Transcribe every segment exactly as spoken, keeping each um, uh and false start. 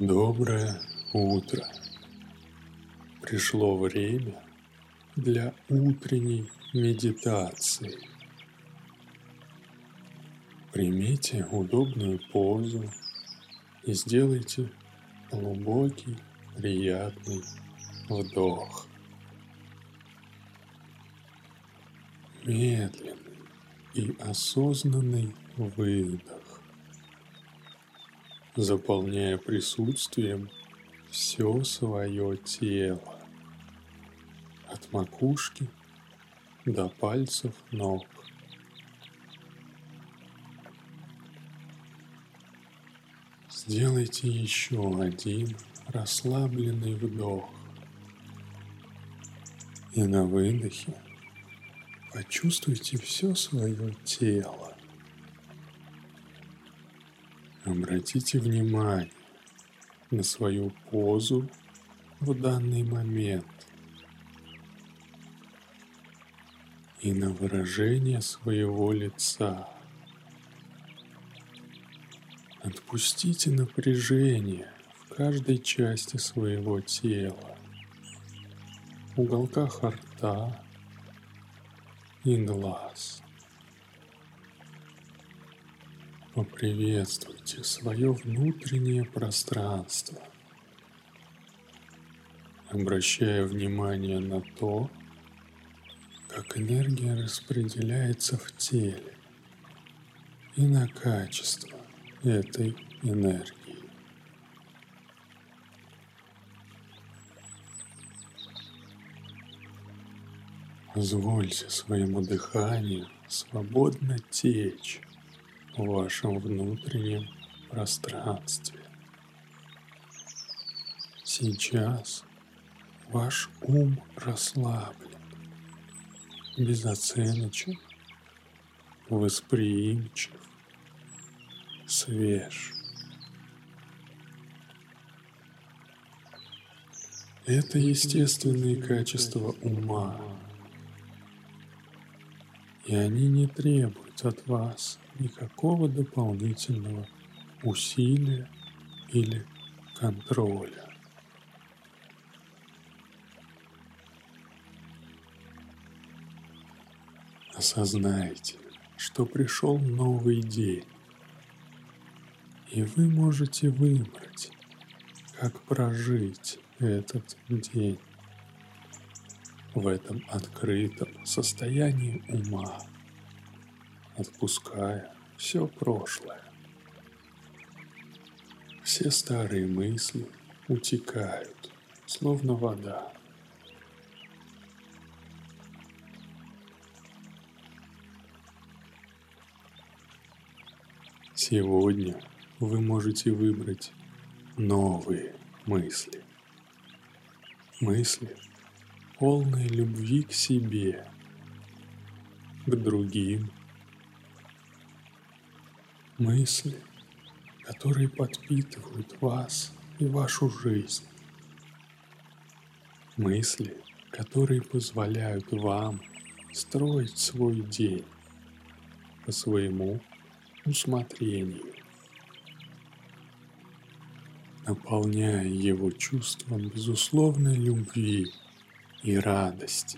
Доброе утро! Пришло время для утренней медитации. Примите удобную позу и сделайте глубокий, приятный вдох. Медленный и осознанный выдох, заполняя присутствием все свое тело, от макушки до пальцев ног. Сделайте еще один расслабленный вдох. И на выдохе почувствуйте все свое тело. Обратите внимание на свою позу в данный момент и на выражение своего лица. Отпустите напряжение в каждой части своего тела, в уголках рта и глаз. Поприветствуйте свое внутреннее пространство, обращая внимание на то, как энергия распределяется в теле, и на качество этой энергии. Позвольте своему дыханию свободно течь в вашем внутреннем пространстве. Сейчас ваш ум расслаблен, безоценочен, восприимчив, свеж. Это естественные качества ума, и они не требуют от вас никакого дополнительного усилия или контроля. Осознайте, что пришел новый день, и вы можете выбрать, как прожить этот день в этом открытом состоянии ума, отпуская все прошлое. Все старые мысли утекают, словно вода. Сегодня вы можете выбрать новые мысли. Мысли, полные любви к себе, к другим. Мысли, которые подпитывают вас и вашу жизнь. Мысли, которые позволяют вам строить свой день по своему усмотрению, наполняя его чувством безусловной любви и радости.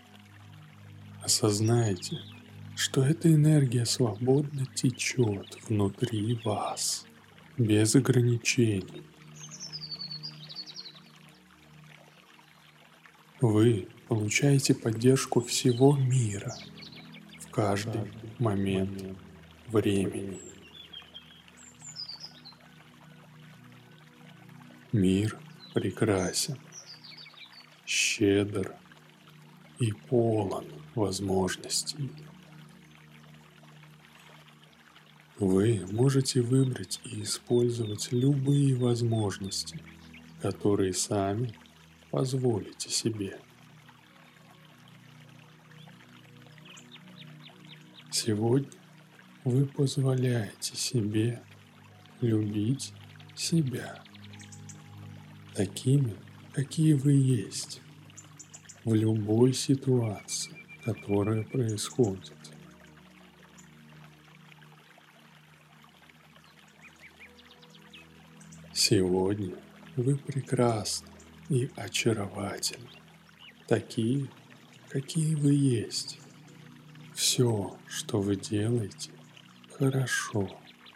Осознайте, что эта энергия свободно течет внутри вас, без ограничений. Вы получаете поддержку всего мира в каждый момент времени. Мир прекрасен, щедр и полон возможностей. Вы можете выбрать и использовать любые возможности, которые сами позволите себе. Сегодня вы позволяете себе любить себя такими, какие вы есть, в любой ситуации, которая происходит. Сегодня вы прекрасны и очаровательны, такие, какие вы есть. Все, что вы делаете, хорошо.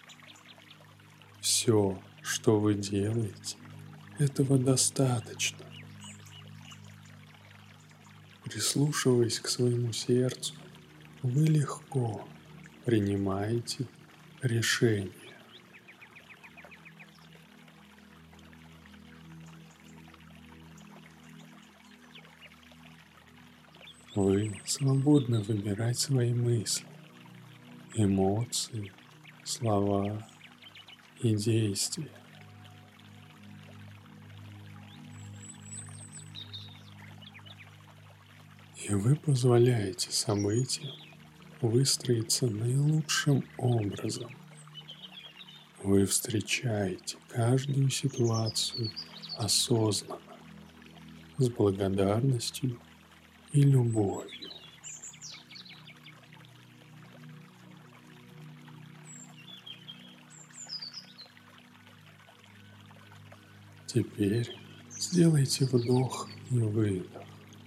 Все, что вы делаете, этого достаточно. Прислушиваясь к своему сердцу, вы легко принимаете решения. Вы свободны выбирать свои мысли, эмоции, слова и действия. И вы позволяете событиям выстроиться наилучшим образом. Вы встречаете каждую ситуацию осознанно, с благодарностью и любовью. Теперь сделайте вдох и выдох.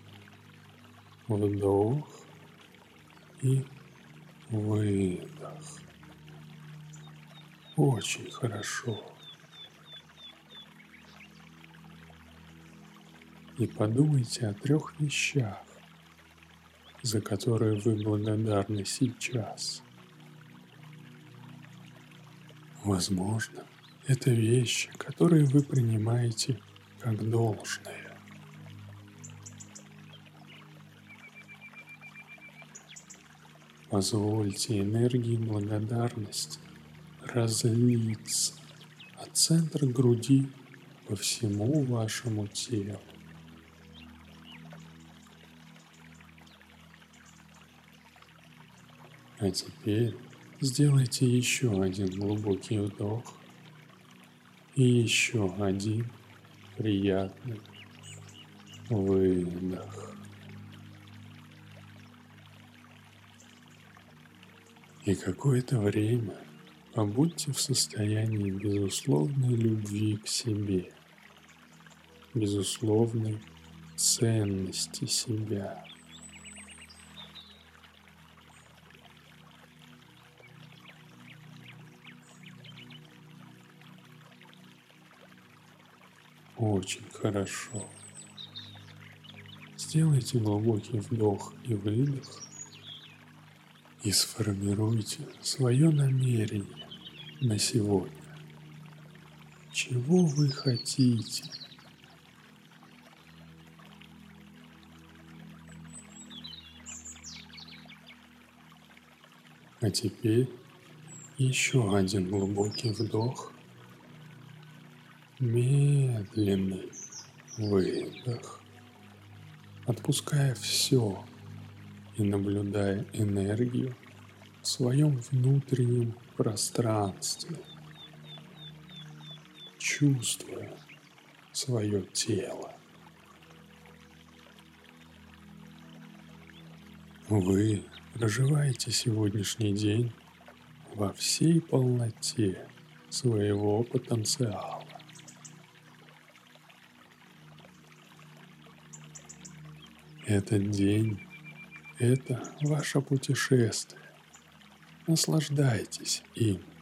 Вдох и выдох. Очень хорошо. И подумайте о трех вещах, за которые вы благодарны сейчас. Возможно, это вещи, которые вы принимаете как должное. Позвольте энергии благодарности разлиться от центра груди по всему вашему телу. А теперь сделайте еще один глубокий вдох и еще один приятный выдох. И какое-то время побудьте в состоянии безусловной любви к себе, безусловной ценности себя. Очень хорошо. Сделайте глубокий вдох и выдох и сформируйте свое намерение на сегодня. Чего вы хотите? А теперь еще один глубокий вдох, медленный выдох, отпуская все и наблюдая энергию в своем внутреннем пространстве, чувствуя свое тело. Вы проживаете сегодняшний день во всей полноте своего потенциала. Этот день – это ваше путешествие. Наслаждайтесь им.